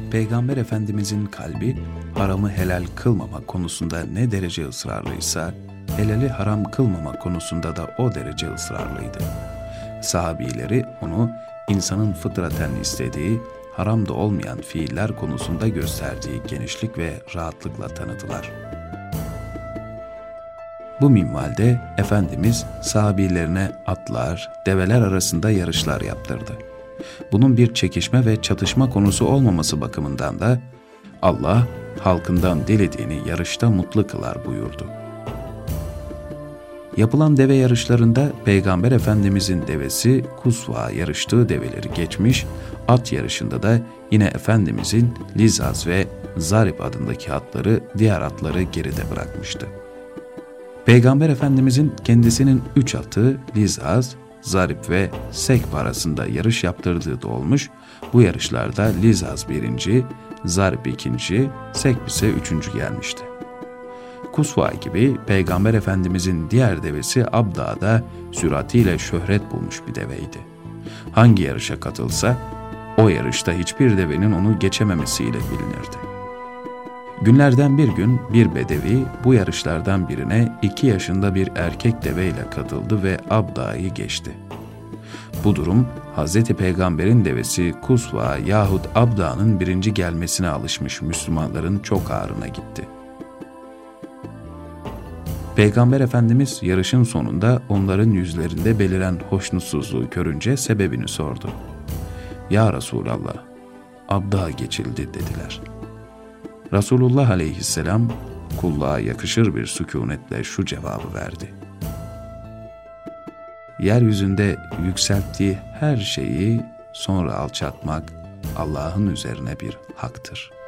Peygamber Efendimizin kalbi haramı helal kılmama konusunda ne derece ısrarlıysa, helali haram kılmama konusunda da o derece ısrarlıydı. Sahabileri onu insanın fıtraten istediği, haram da olmayan fiiller konusunda gösterdiği genişlik ve rahatlıkla tanıdılar. Bu minvalde Efendimiz sahabilerine atlar, develer arasında yarışlar yaptırdı. Bunun bir çekişme ve çatışma konusu olmaması bakımından da Allah halkından dilediğini yarışta mutlu kılar buyurdu. Yapılan deve yarışlarında Peygamber Efendimizin devesi Kusva yarıştığı develeri geçmiş, at yarışında da yine Efendimizin Lizaz ve Zarip adındaki atları diğer atları geride bırakmıştı. Peygamber Efendimizin kendisinin 3 atı Lizaz, Zarip ve Sekb arasında yarış yaptırdığı da olmuş, bu yarışlarda Lizaz 1. Zarip 2. Sekb ise 3. gelmişti. Kusva gibi Peygamber Efendimizin diğer devesi Abda da süratiyle şöhret bulmuş bir deveydi. Hangi yarışa katılsa o yarışta hiçbir devenin onu geçememesiyle bilinirdi. Günlerden bir gün bir bedevi bu yarışlardan birine 2 yaşında bir erkek deveyle katıldı ve Abda'yı geçti. Bu durum Hz. Peygamber'in devesi Kusva yahut Abda'nın 1. gelmesine alışmış Müslümanların çok ağrına gitti. Peygamber Efendimiz yarışın sonunda onların yüzlerinde beliren hoşnutsuzluğu görünce sebebini sordu. "Ya Resulallah, Abda geçildi" dediler. Resulullah aleyhisselam kulluğa yakışır bir sükunetle şu cevabı verdi. Yeryüzünde yükselttiği her şeyi sonra alçaltmak Allah'ın üzerine bir haktır.